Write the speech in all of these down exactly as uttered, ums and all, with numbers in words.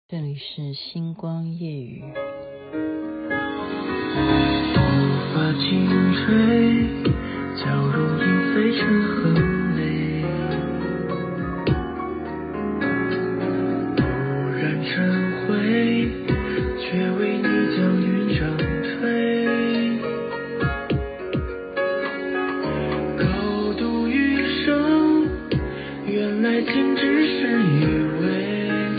这里是星光夜雨。 无法轻吹，娇容易飞成河泪，不染尘灰，却为你将云涨退。高度余生，原来仅只是以为。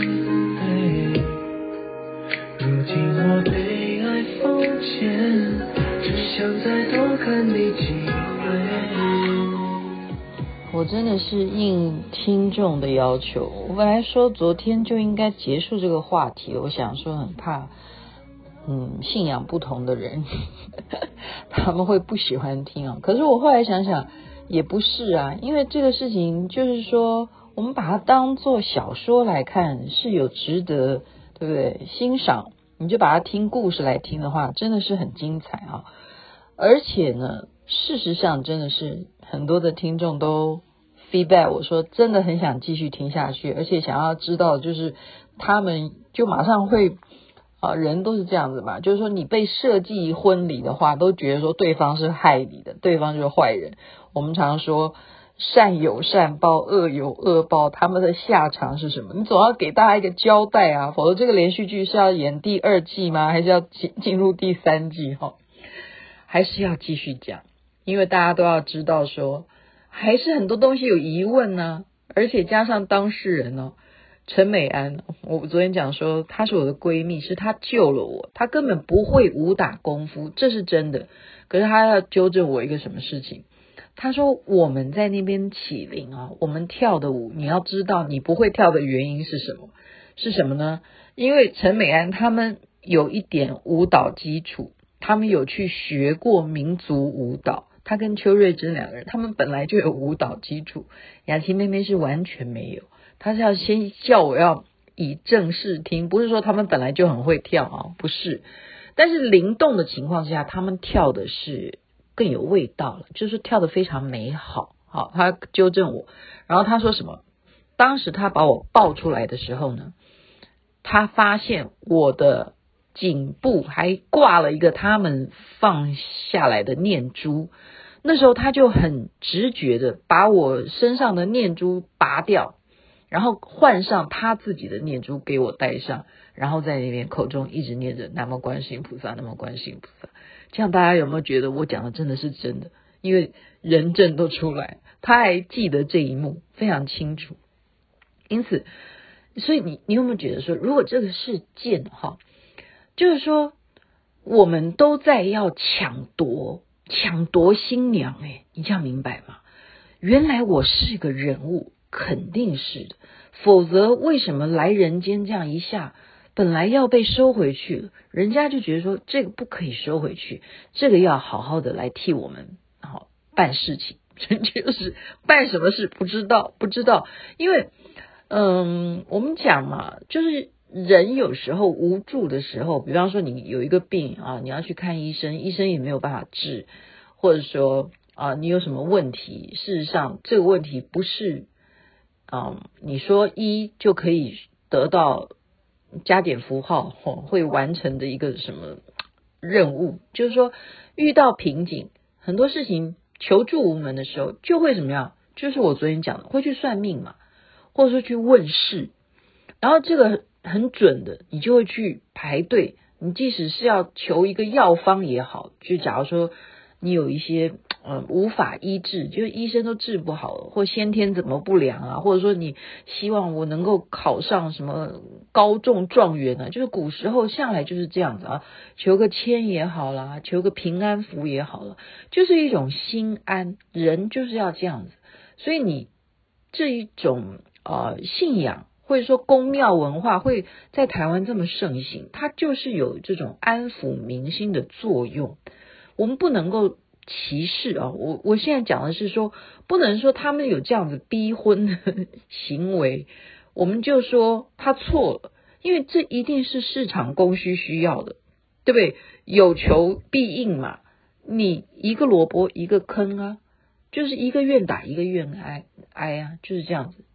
如今我被爱封缄，只想再多看你几回。 我真的是应听众的要求，我本来说昨天就应该结束这个话题，我想说很怕嗯，信仰不同的人他们会不喜欢听啊。可是我后来想想也不是啊，因为这个事情就是说我们把它当作小说来看是有值得对不对欣赏，你就把它听故事来听的话真的是很精彩啊。而且呢事实上真的是很多的听众都 feedback 我说真的很想继续听下去，而且想要知道就是他们就马上会啊，人都是这样子嘛，就是说你被设计婚礼的话都觉得说对方是害你的，对方就是坏人。我们常说善有善报，恶有恶报，他们的下场是什么？你总要给大家一个交代啊，否则这个连续剧是要演第二季吗？还是要进进入第三季哈？还是要继续讲，因为大家都要知道说还是很多东西有疑问呢、啊，而且加上当事人呢、哦，陈美安，我昨天讲说她是我的闺蜜，是她救了我，她根本不会武打功夫，这是真的。可是她要纠正我一个什么事情？她说我们在那边起灵啊，我们跳的舞，你要知道你不会跳的原因是什么？是什么呢？因为陈美安他们有一点舞蹈基础，他们有去学过民族舞蹈，她跟邱瑞珍两个人，他们本来就有舞蹈基础，雅琪妹妹是完全没有。他是要先叫我要以正视听，不是说他们本来就很会跳啊，不是。但是灵动的情况之下，他们跳的是更有味道了，就是跳得非常美好。好，他纠正我，然后他说什么？当时他把我抱出来的时候呢，他发现我的颈部还挂了一个他们放下来的念珠，那时候他就很直觉的把我身上的念珠拔掉。然后换上他自己的念珠给我戴上，然后在那边口中一直念着南无观世音菩萨，南无观世音菩萨。这样大家有没有觉得我讲的真的是真的？因为人证都出来，他还记得这一幕非常清楚。因此，所以你你有没有觉得说，如果这个事件哈，就是说我们都在要抢夺抢夺新娘，诶，你这样明白吗？原来我是个人物。肯定是的，否则为什么来人间这样一下，本来要被收回去了，人家就觉得说这个不可以收回去，这个要好好的来替我们好办事情，就是办什么事不知道不知道，因为嗯，我们讲嘛，就是人有时候无助的时候，比方说你有一个病啊，你要去看医生，医生也没有办法治，或者说啊你有什么问题，事实上这个问题不是嗯，你说一就可以得到加点符号会完成的一个什么任务，就是说遇到瓶颈，很多事情求助无门的时候，就会怎么样？就是我昨天讲的，会去算命嘛，或者说去问事，然后这个很准的，你就会去排队。你即使是要求一个药方也好，就假如说你有一些呃无法医治，就是医生都治不好，或先天怎么不良啊，或者说你希望我能够考上什么高中状元呢、啊？就是古时候向来就是这样子啊，求个签也好啦，求个平安符也好了，就是一种心安，人就是要这样子。所以你这一种呃信仰。或者说宫庙文化会在台湾这么盛行，它就是有这种安抚民心的作用。我们不能够歧视啊，我我现在讲的是说，不能说他们有这样子逼婚的行为，我们就说他错了，因为这一定是市场供需需要的，对不对？有求必应嘛，你一个萝卜一个坑啊，就是一个愿打一个愿挨挨啊，就是这样子。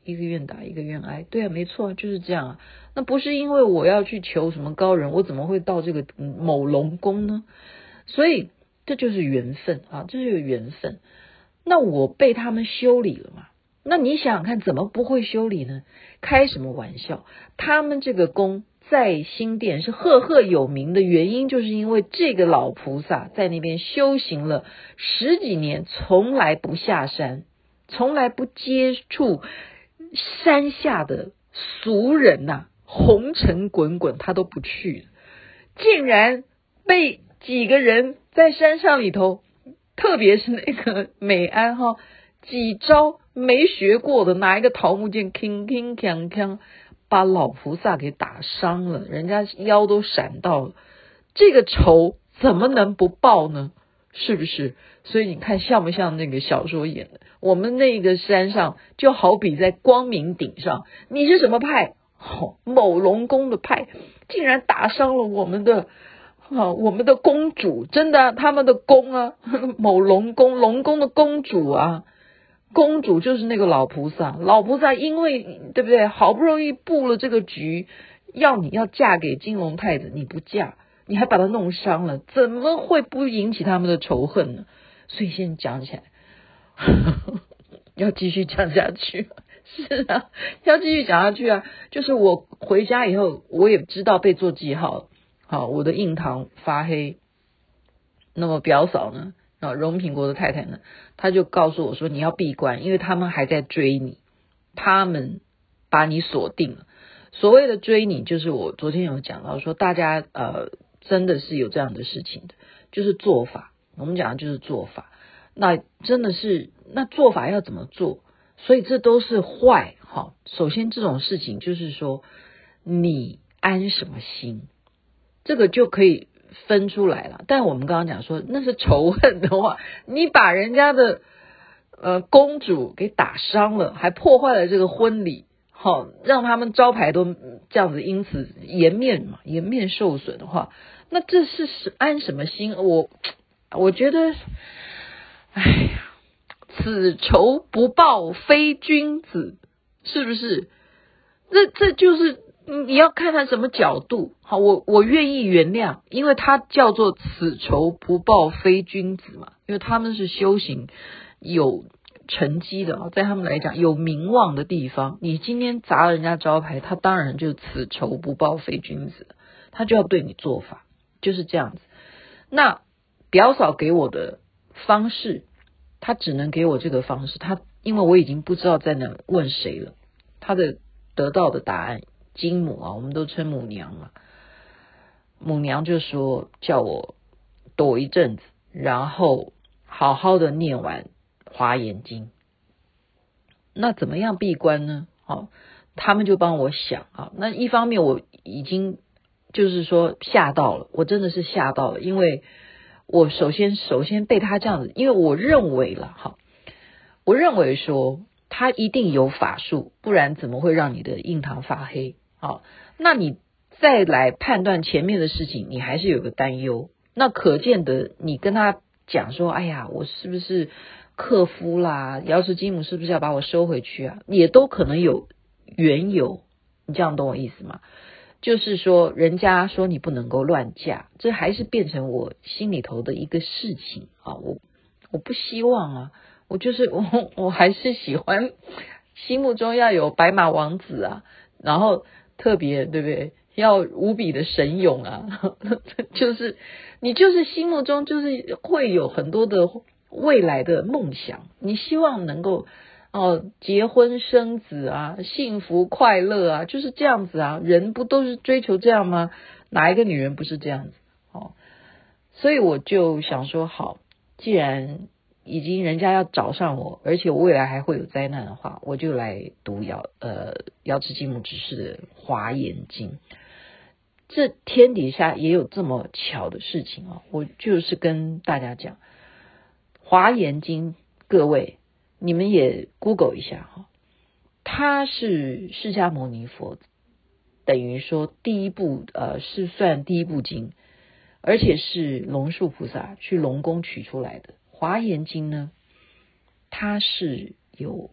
一个愿打一个愿挨。对啊，没错，就是这样啊。那不是因为我要去求什么高人，我怎么会到这个某龙宫呢？所以这就是缘分啊，这就是缘分。那我被他们修理了嘛？那你想想看，怎么不会修理呢？开什么玩笑？他们这个宫在新店是赫赫有名的原因，就是因为这个老菩萨在那边修行了十几年，从来不下山，从来不接触山下的俗人呐、啊，红尘滚滚他都不去，竟然被几个人在山上里头，特别是那个美安哈，几招没学过的，拿一个桃木剑铿铿锵锵把老菩萨给打伤了，人家腰都闪到了，这个仇怎么能不报呢？是不是？所以你看像不像那个小说演的？我们那个山上就好比在光明顶上，你是什么派？哦，某龙宫的派，竟然打伤了我们的啊，我们的公主，真的、啊、他们的宫啊，某龙宫，龙宫的公主啊，公主就是那个老菩萨，老菩萨因为对不对，好不容易布了这个局，要你要嫁给金龙太子，你不嫁，你还把他弄伤了，怎么会不引起他们的仇恨呢？所以现在讲起来要继续讲下去，是啊，要继续讲下去啊。就是我回家以后，我也知道被做记号了，好，我的印堂发黑。那么表嫂呢，啊，荣平国的太太呢，她就告诉我说你要闭关，因为他们还在追你，他们把你锁定了。所谓的追你，就是我昨天有讲到说，大家呃真的是有这样的事情的，就是做法，我们讲的就是做法。那真的是，那做法要怎么做？所以这都是坏哈。首先这种事情就是说，你安什么心，这个就可以分出来了。但我们刚刚讲说，那是仇恨的话，你把人家的呃公主给打伤了，还破坏了这个婚礼，好、哦、让他们招牌都这样子，因此颜面嘛，颜面受损的话，那这是安什么心？我我觉得，哎呀，此仇不报非君子，是不是？这这就是你要看他什么角度。好，我我愿意原谅，因为他叫做此仇不报非君子嘛，因为他们是修行有成绩的啊，在他们来讲有名望的地方，你今天砸了人家招牌，他当然就此仇不报非君子，他就要对你做法，就是这样子。那表嫂给我的方式，他只能给我这个方式，他因为我已经不知道在哪问谁了，他的得到的答案，金母啊，我们都称母娘嘛，母娘就说叫我躲一阵子，然后好好的念完华严经。那怎么样闭关呢？好，他们就帮我想啊。那一方面我已经就是说吓到了，我真的是吓到了，因为我首先首先被他这样子，因为我认为了哈，我认为说他一定有法术，不然怎么会让你的印堂发黑？好，那你再来判断前面的事情，你还是有个担忧。那可见的，你跟他讲说，哎呀，我是不是克夫啦？瑶池金母是不是要把我收回去啊？也都可能有缘由，你这样懂我意思吗？就是说人家说你不能够乱嫁，这还是变成我心里头的一个事情啊，我我不希望啊，我就是我我还是喜欢心目中要有白马王子啊，然后特别对不对，要无比的神勇啊就是你就是心目中就是会有很多的未来的梦想，你希望能够哦，结婚生子啊，幸福快乐啊，就是这样子啊，人不都是追求这样吗？哪一个女人不是这样子？哦，所以我就想说，好，既然已经人家要找上我，而且我未来还会有灾难的话，我就来读瑶呃瑶池金母指示的华严经。这天底下也有这么巧的事情啊！我就是跟大家讲，华严经，各位。你们也 Google 一下哈，它是释迦牟尼佛等于说第一部呃是算第一部经，而且是龙树菩萨去龙宫取出来的。华严经呢，它是有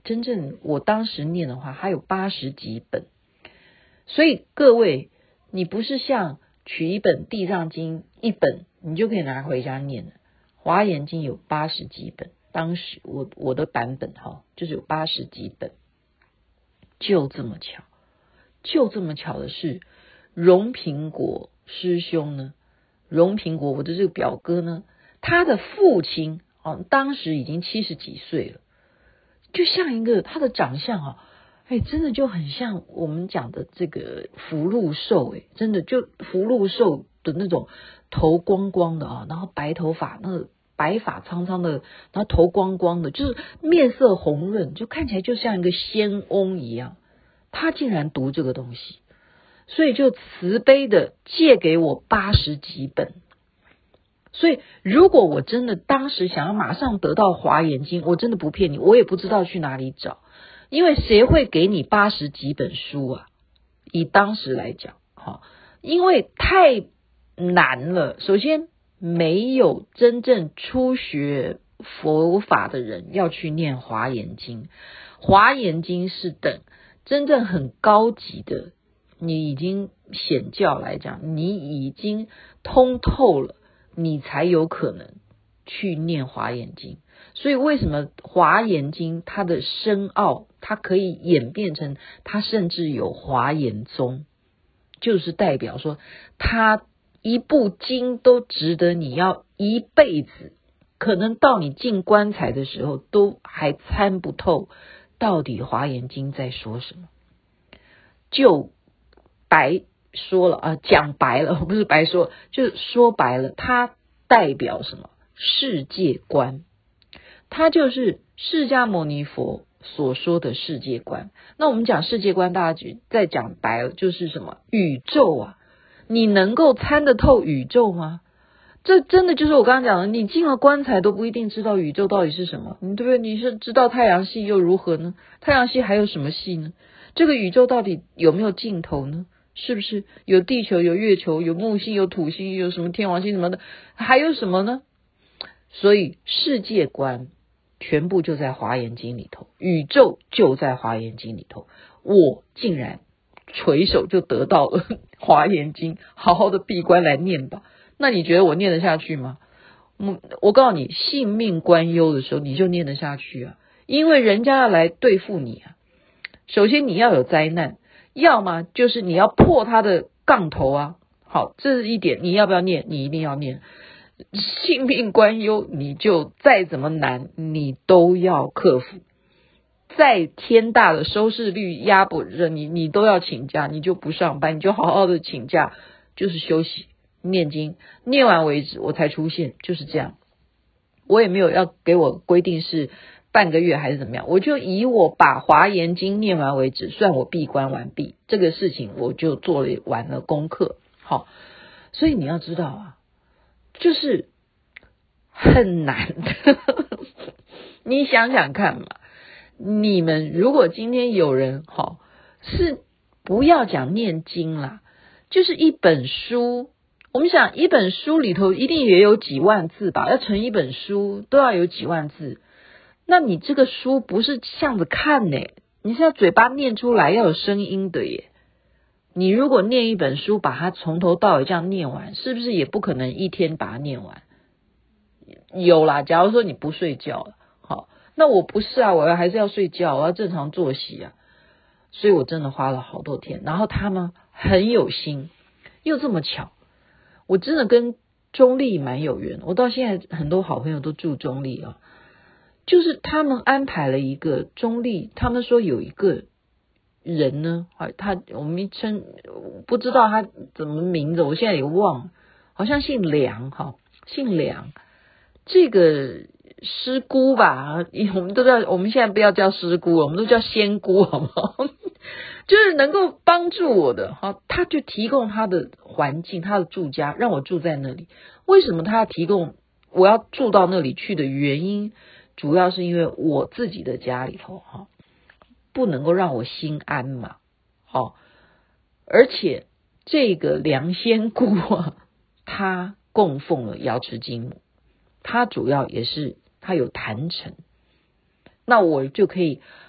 真正我当时念的话，还有八十几本。所以各位，你不是像取一本地藏经一本你就可以拿回家念了，华严经有八十几本，当时我我的版本哈，就是有八十几本。就这么巧，就这么巧的是，荣平国师兄呢，荣平国我的这个表哥呢，他的父亲哦，当时已经七十几岁了，就像一个他的长相啊，哎，真的就很像我们讲的这个福禄寿，哎，真的就福禄寿的那种头光光的啊，然后白头发，那个白发苍苍的，然后头光光的，就是面色红润，就看起来就像一个仙翁一样。他竟然读这个东西，所以就慈悲的借给我八十几本。所以如果我真的当时想要马上得到华严经，我真的不骗你，我也不知道去哪里找，因为谁会给你八十几本书啊？以当时来讲，哈，因为太难了。首先，没有真正初学佛法的人要去念华严经，华严经是等真正很高级的，你已经显教来讲，你已经通透了，你才有可能去念华严经。所以为什么华严经它的深奥，它可以演变成它甚至有华严宗，就是代表说它一部经都值得你要一辈子，可能到你进棺材的时候都还参不透到底华严经在说什么。就白说了啊，讲白了，不是白说，就是说白了，它代表什么？世界观，它就是释迦牟尼佛所说的世界观。那我们讲世界观，大家再讲白了就是什么？宇宙啊，你能够参得透宇宙吗？这真的就是我刚刚讲的，你进了棺材都不一定知道宇宙到底是什么，你对不对？你是知道太阳系又如何呢？太阳系还有什么系呢？这个宇宙到底有没有尽头呢？是不是有地球、有月球、有木星、有土星、有什么天王星什么的，还有什么呢？所以世界观全部就在华严经里头，宇宙就在华严经里头。我竟然垂手就得到了华严经，好好的闭关来念吧。那你觉得我念得下去吗？我我告诉你，性命关忧的时候你就念得下去啊，因为人家要来对付你啊。首先你要有灾难，要么就是你要破他的杠头啊。好，这是一点，你要不要念？你一定要念。性命关忧，你就再怎么难你都要克服，再天大的收视率压不着你，你都要请假，你就不上班，你就好好的请假，就是休息念经，念完为止我才出现，就是这样。我也没有要给我规定是半个月还是怎么样，我就以我把华严经念完为止，算我闭关完毕，这个事情我就做了完了功课。好，所以你要知道啊，就是很难的你想想看嘛，你们如果今天有人好，是不要讲念经啦，就是一本书，我们想一本书里头一定也有几万字吧，要成一本书都要有几万字，那你这个书不是像着看呢，你是要嘴巴念出来，要有声音的耶。你如果念一本书，把它从头到尾这样念完，是不是也不可能一天把它念完？有啦，假如说你不睡觉，好，那我不是啊，我还是要睡觉，我要正常作息啊。所以我真的花了好多天，然后他们很有心，又这么巧，我真的跟中立蛮有缘，我到现在很多好朋友都住中立啊，就是他们安排了一个中立，他们说有一个人呢，他我们一称不知道他怎么名字，我现在也忘了，好像姓梁哈，姓梁。这个师姑吧，我们都叫，我们现在不要叫师姑，我们都叫仙姑，好不好？就是能够帮助我的哈，他就提供他的环境，他的住家，让我住在那里。为什么他要提供我要住到那里去的原因，主要是因为我自己的家里头哈，不能够让我心安嘛，好，而且这个梁仙姑啊，他供奉了瑶池金母。他主要也是他有坛城，那我就可以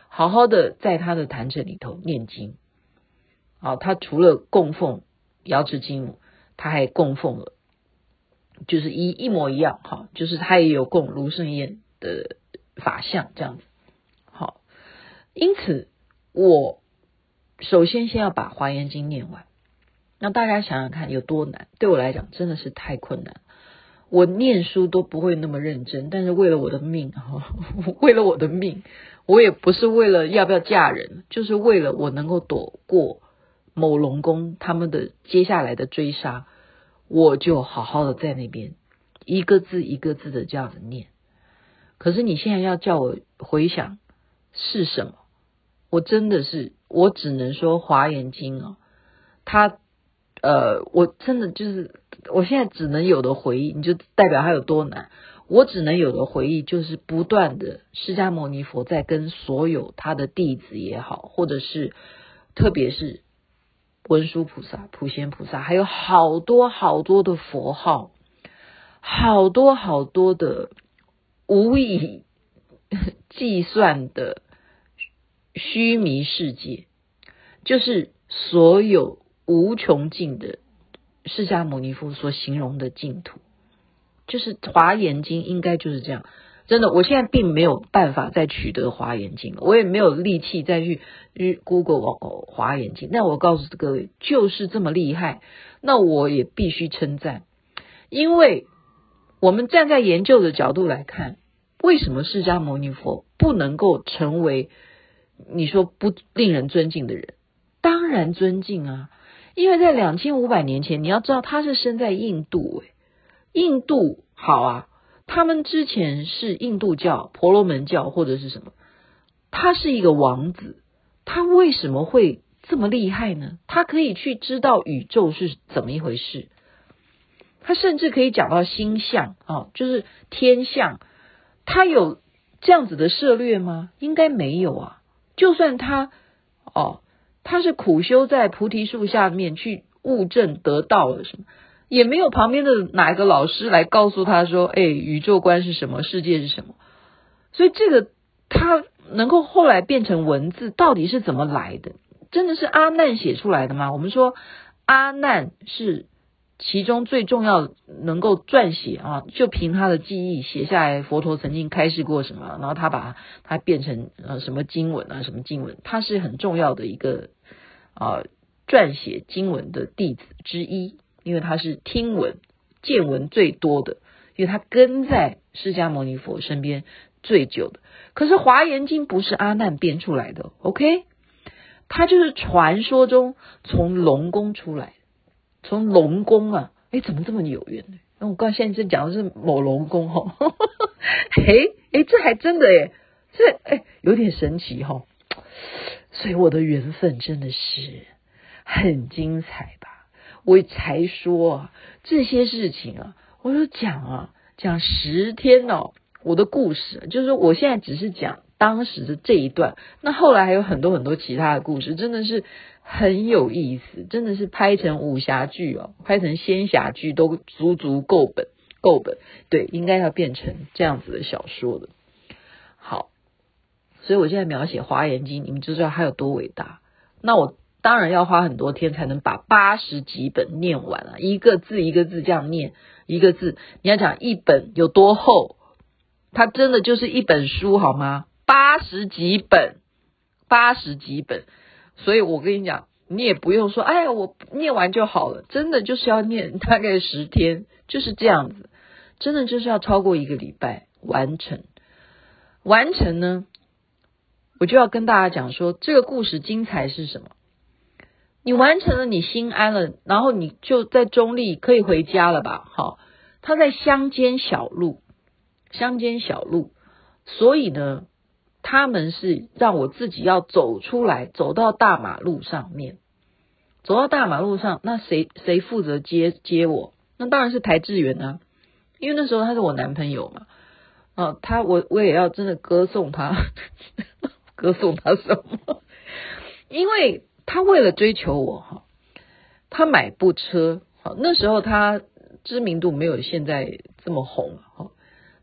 好好的在他的坛城里头念经。好，他除了供奉瑶池金母，他还供奉了，就是一一模一样，哈，就是他也有供卢胜彦的法相这样子。好，因此我首先先要把华严经念完。那大家想想看有多难，对我来讲真的是太困难。我念书都不会那么认真，但是为了我的命，为了我的命，我也不是为了要不要嫁人，就是为了我能够躲过某龙宫他们的接下来的追杀，我就好好的在那边一个字一个字的这样子念。可是你现在要叫我回想是什么，我真的是我只能说华严经啊，它呃，我真的就是我现在只能有的回忆，你就代表它有多难。我只能有的回忆就是不断的释迦牟尼佛在跟所有他的弟子也好，或者是特别是文殊菩萨、普贤菩萨，还有好多好多的佛号，好多好多的无以计算的虚弥世界，就是所有无穷尽的释迦牟尼佛所形容的净土，就是华严经应该就是这样。真的，我现在并没有办法再取得华严经了，我也没有力气再去 Google 华严经，但我告诉各位就是这么厉害。那我也必须称赞，因为我们站在研究的角度来看，为什么释迦牟尼佛不能够成为你说不令人尊敬的人？当然尊敬啊，因为在两千五百年前，你要知道他是生在印度，诶，印度好啊，他们之前是印度教、婆罗门教或者是什么，他是一个王子，他为什么会这么厉害呢？他可以去知道宇宙是怎么一回事，他甚至可以讲到星象啊，就是天象，他有这样子的涉略吗？应该没有啊。就算他哦，他是苦修在菩提树下面去悟证得道了什么，也没有旁边的哪一个老师来告诉他说，哎，宇宙观是什么，世界是什么。所以这个他能够后来变成文字，到底是怎么来的？真的是阿难写出来的吗？我们说阿难是其中最重要能够撰写啊，就凭他的记忆写下来佛陀曾经开示过什么，然后他把它变成呃什么经文啊什么经文，他是很重要的一个啊撰写经文的弟子之一，因为他是听闻见闻最多的，因为他跟在释迦牟尼佛身边最久的。可是华严经不是阿难编出来的 OK， 他就是传说中从龙宫出来的，从龙宫啊，诶，怎么这么有缘呢？那我刚现在在讲的是某龙宫哈，诶诶，这还真的诶，这诶有点神奇哈，所以我的缘分真的是很精彩吧？我才说啊，这些事情啊，我就讲啊，讲十天哦，我的故事，就是我现在只是讲当时的这一段，那后来还有很多很多其他的故事，真的是很有意思，真的是拍成武侠剧哦，拍成仙侠剧都足足够本够本，对，应该要变成这样子的小说的。好，所以我现在描写华严经，你们就知道它有多伟大。那我当然要花很多天才能把八十几本念完啊，一个字一个字这样念，一个字，你要讲一本有多厚，它真的就是一本书好吗？八十几本，八十几本，所以我跟你讲，你也不用说，哎呀，我念完就好了，真的就是要念大概十天，就是这样子，真的就是要超过一个礼拜完成。完成呢，我就要跟大家讲说，这个故事精彩是什么？你完成了，你心安了，然后你就在中立可以回家了吧？好，他在乡间小路，乡间小路，所以呢，他们是让我自己要走出来，走到大马路上面，走到大马路上，那谁谁负责接接我？那当然是台志远啊，因为那时候他是我男朋友嘛，哦，他我我也要真的歌颂他，歌颂他什么？因为他为了追求我哈，他买部车，好，那时候他知名度没有现在这么红哈，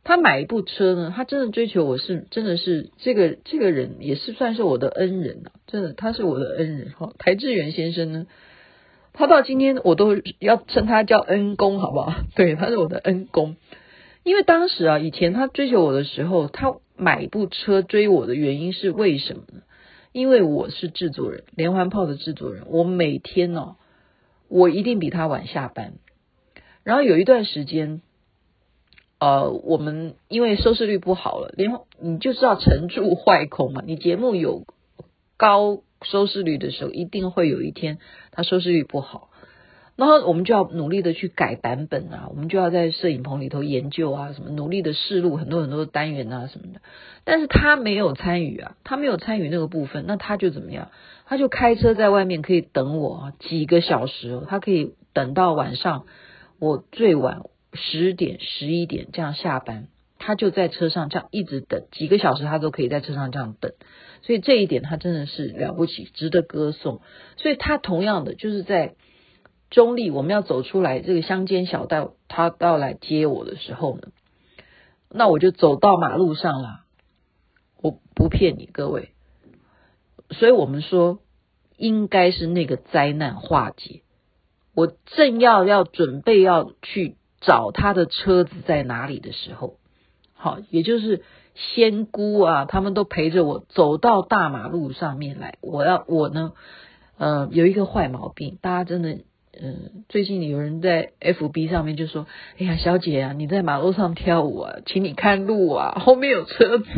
他买一部车呢，他真的追求我是真的是这个这个人也是算是我的恩人啊，真的他是我的恩人哈。台志远先生呢，他到今天我都要称他叫恩公，好不好？对，他是我的恩公。因为当时啊，以前他追求我的时候，他买一部车追我的原因是为什么呢？因为我是制作人，连环炮的制作人，我每天哦，我一定比他晚下班。然后有一段时间。呃，我们因为收视率不好了，连你就知道成住坏空嘛。你节目有高收视率的时候，一定会有一天它收视率不好，然后我们就要努力的去改版本啊，我们就要在摄影棚里头研究啊，什么努力的试录很多很多的单元啊什么的。但是他没有参与啊，他没有参与那个部分，那他就怎么样？他就开车在外面可以等我啊，几个小时哦，他可以等到晚上，我最晚。十点十一点这样下班，他就在车上这样一直等几个小时，他都可以在车上这样等，所以这一点他真的是了不起，值得歌颂。所以他同样的就是在中立，我们要走出来这个乡间小道，他到来接我的时候呢，那我就走到马路上了，我不骗你各位，所以我们说应该是那个灾难化解，我正要要准备要去找他的车子在哪里的时候，好，也就是仙姑啊，他们都陪着我走到大马路上面来。我要我呢，呃，有一个坏毛病，大家真的，呃，最近有人在 F B 上面就说，哎呀，小姐啊，你在马路上跳舞啊，请你看路啊，后面有车子。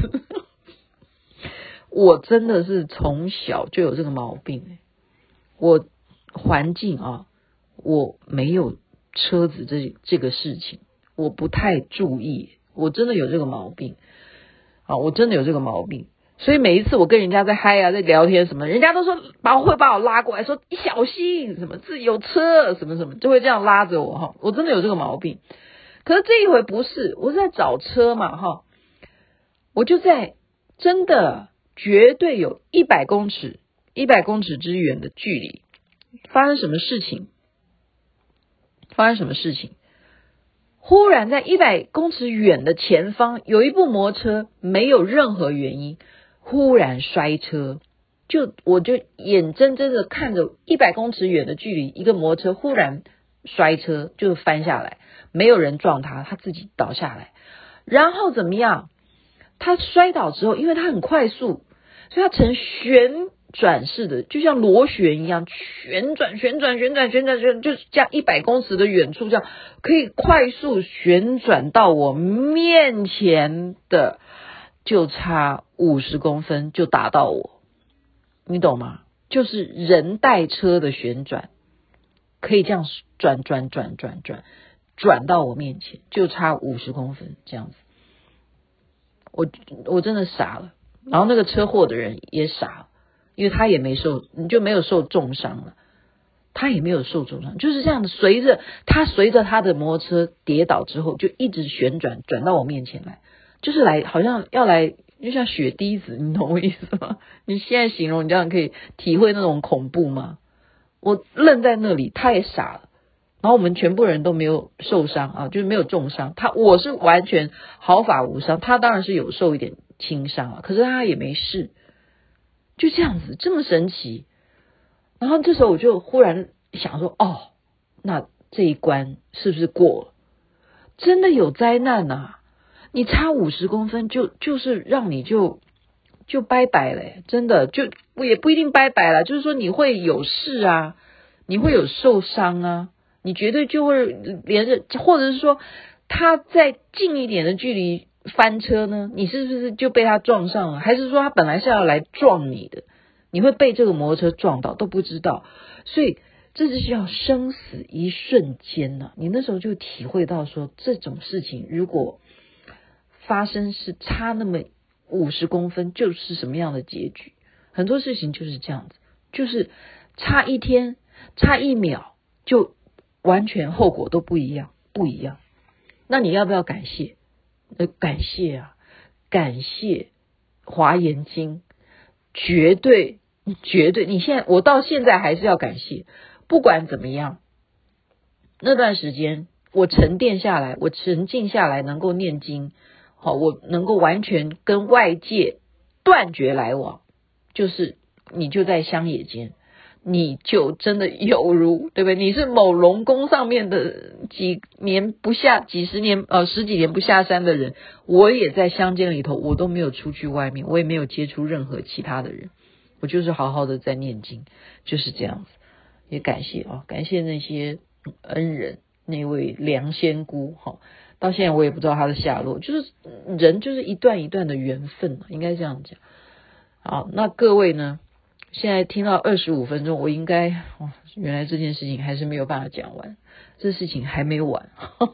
我真的是从小就有这个毛病，我环境啊，我没有。车子这这个事情我不太注意，我真的有这个毛病啊，我真的有这个毛病，所以每一次我跟人家在嗨啊，在聊天什么，人家都说把我会把我拉过来说你小心什么自己有车什么什么，就会这样拉着我哈，我真的有这个毛病。可是这一回不是，我是在找车嘛哈，我就在真的绝对有一百公尺一百公尺之远的距离，发生什么事情？发生什么事情？忽然在一百公尺远的前方有一部摩托车，没有任何原因忽然摔车，就我就眼睁睁的看着一百公尺远的距离，一个摩托车忽然摔车，就翻下来，没有人撞他，他自己倒下来。然后怎么样？他摔倒之后，因为他很快速，所以他呈旋转式的，就像螺旋一样旋转旋转旋转旋转旋转，就是这样一百公尺的远处，这样可以快速旋转到我面前的，就差五十公分就打到我，你懂吗？就是人带车的旋转，可以这样转转转转转转到我面前，就差五十公分这样子。我我真的傻了，然后那个车祸的人也傻了，因为他也没受，你就没有受重伤了，他也没有受重伤，就是这样的，随着他随着他的摩托车跌倒之后，就一直旋转转到我面前来，就是来好像要来，就像雪滴子，你懂我意思吗？你现在形容，你这样可以体会那种恐怖吗？我愣在那里，他也傻了。然后我们全部人都没有受伤啊，就是没有重伤。他我是完全毫发无伤，他当然是有受一点轻伤啊，可是他也没事，就这样子，这么神奇。然后这时候我就忽然想说，哦，那这一关是不是过了？真的有灾难啊！你差五十公分就就是让你就就拜拜了，真的就也不一定拜拜了，就是说你会有事啊，你会有受伤啊。你绝对就会连着，或者是说他在近一点的距离翻车呢，你是不是就被他撞上了？还是说他本来是要来撞你的，你会被这个摩托车撞到都不知道。所以这就是要生死一瞬间啊，你那时候就体会到说，这种事情如果发生是差那么五十公分，就是什么样的结局。很多事情就是这样子，就是差一天差一秒就完全后果都不一样，不一样。那你要不要感谢？呃，感谢啊，感谢华严经，绝对绝对。你现在我到现在还是要感谢，不管怎么样，那段时间我沉淀下来，我沉静下来，能够念经， 好，我能够完全跟外界断绝来往，就是你就在乡野间，你就真的有如，对不对？你是某龙宫上面的几年不下几十年呃十几年不下山的人，我也在乡间里头，我都没有出去外面，我也没有接触任何其他的人，我就是好好的在念经，就是这样子。也感谢啊，感谢那些恩人，那位梁仙姑哈，到现在我也不知道她的下落，就是人就是一段一段的缘分，应该这样讲。好，那各位呢？现在听到二十五分钟，我应该哦，原来这件事情还是没有办法讲完，这事情还没完，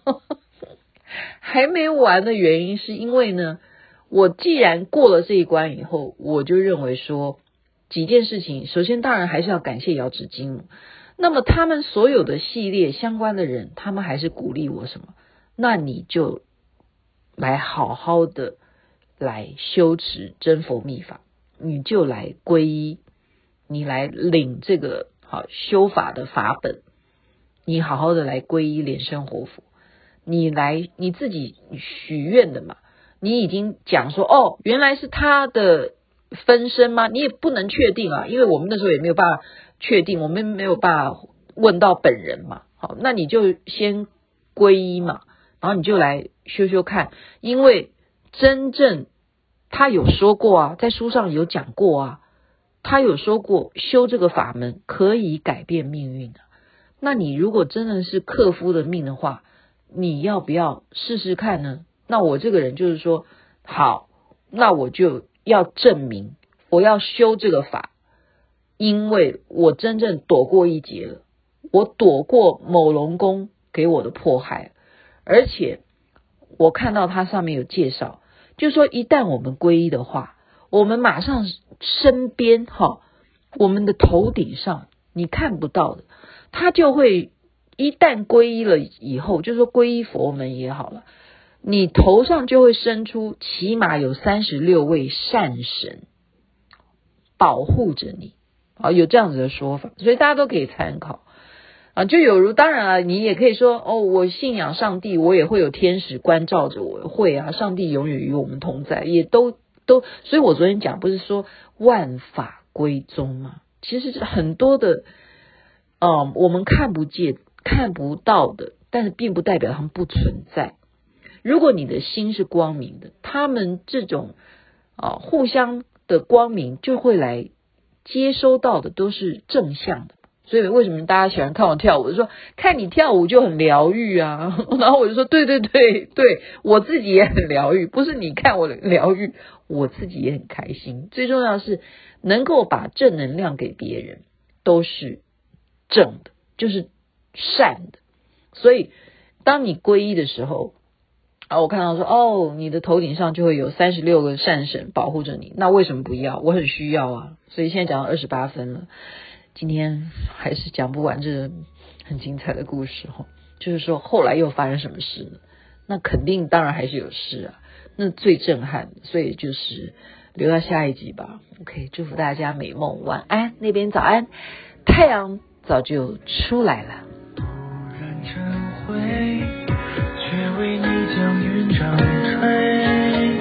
还没完的原因是因为呢，我既然过了这一关以后，我就认为说几件事情，首先当然还是要感谢瑶池金母，那么他们所有的系列相关的人，他们还是鼓励我什么？那你就来好好的来修持真佛密法，你就来皈依，你来领这个好修法的法本，你好好的来皈依莲生活佛，你来你自己许愿的嘛，你已经讲说哦，原来是他的分身吗？你也不能确定啊，因为我们那时候也没有办法确定，我们没有办法问到本人嘛。好，那你就先皈依嘛，然后你就来修修看，因为真正他有说过啊，在书上有讲过啊，他有说过修这个法门可以改变命运的。那你如果真的是克夫的命的话，你要不要试试看呢？那我这个人就是说，好，那我就要证明我要修这个法，因为我真正躲过一劫了，我躲过某龙宫给我的迫害，而且我看到它上面有介绍，就是说一旦我们皈依的话，我们马上身边哈，我们的头顶上你看不到的，它就会一旦皈依了以后，就是说皈依佛门也好了，你头上就会生出起码有三十六位善神保护着你啊，有这样子的说法，所以大家都可以参考啊。就有如当然了，你也可以说哦，我信仰上帝，我也会有天使关照着我，会啊，上帝永远与我们同在，也都都。所以我昨天讲不是说万法归宗吗？其实很多的，嗯，我们看不见、看不到的，但是并不代表他们不存在。如果你的心是光明的，他们这种啊互相的光明就会来接收到的都是正向的。所以为什么大家喜欢看我跳舞？就说看你跳舞就很疗愈啊，然后我就说对对对对，我自己也很疗愈，不是你看我的疗愈，我自己也很开心。最重要的是能够把正能量给别人，都是正的，就是善的。所以当你皈依的时候啊，我看到说哦，你的头顶上就会有三十六个善神保护着你，那为什么不要？我很需要啊。所以现在讲到二十八分了，今天还是讲不完这很精彩的故事哈。就是说后来又发生什么事呢？那肯定当然还是有事啊，那最震撼的，所以就是留到下一集吧。OK， 祝福大家美梦晚安，那边早安，太阳早就出来了。 突然晨晖，却为你将云掌吹，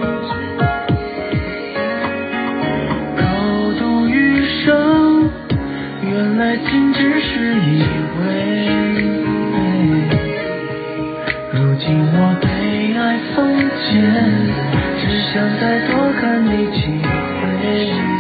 高度余生，原来仅只是以为。如今我被爱封建，只想再多看你几回。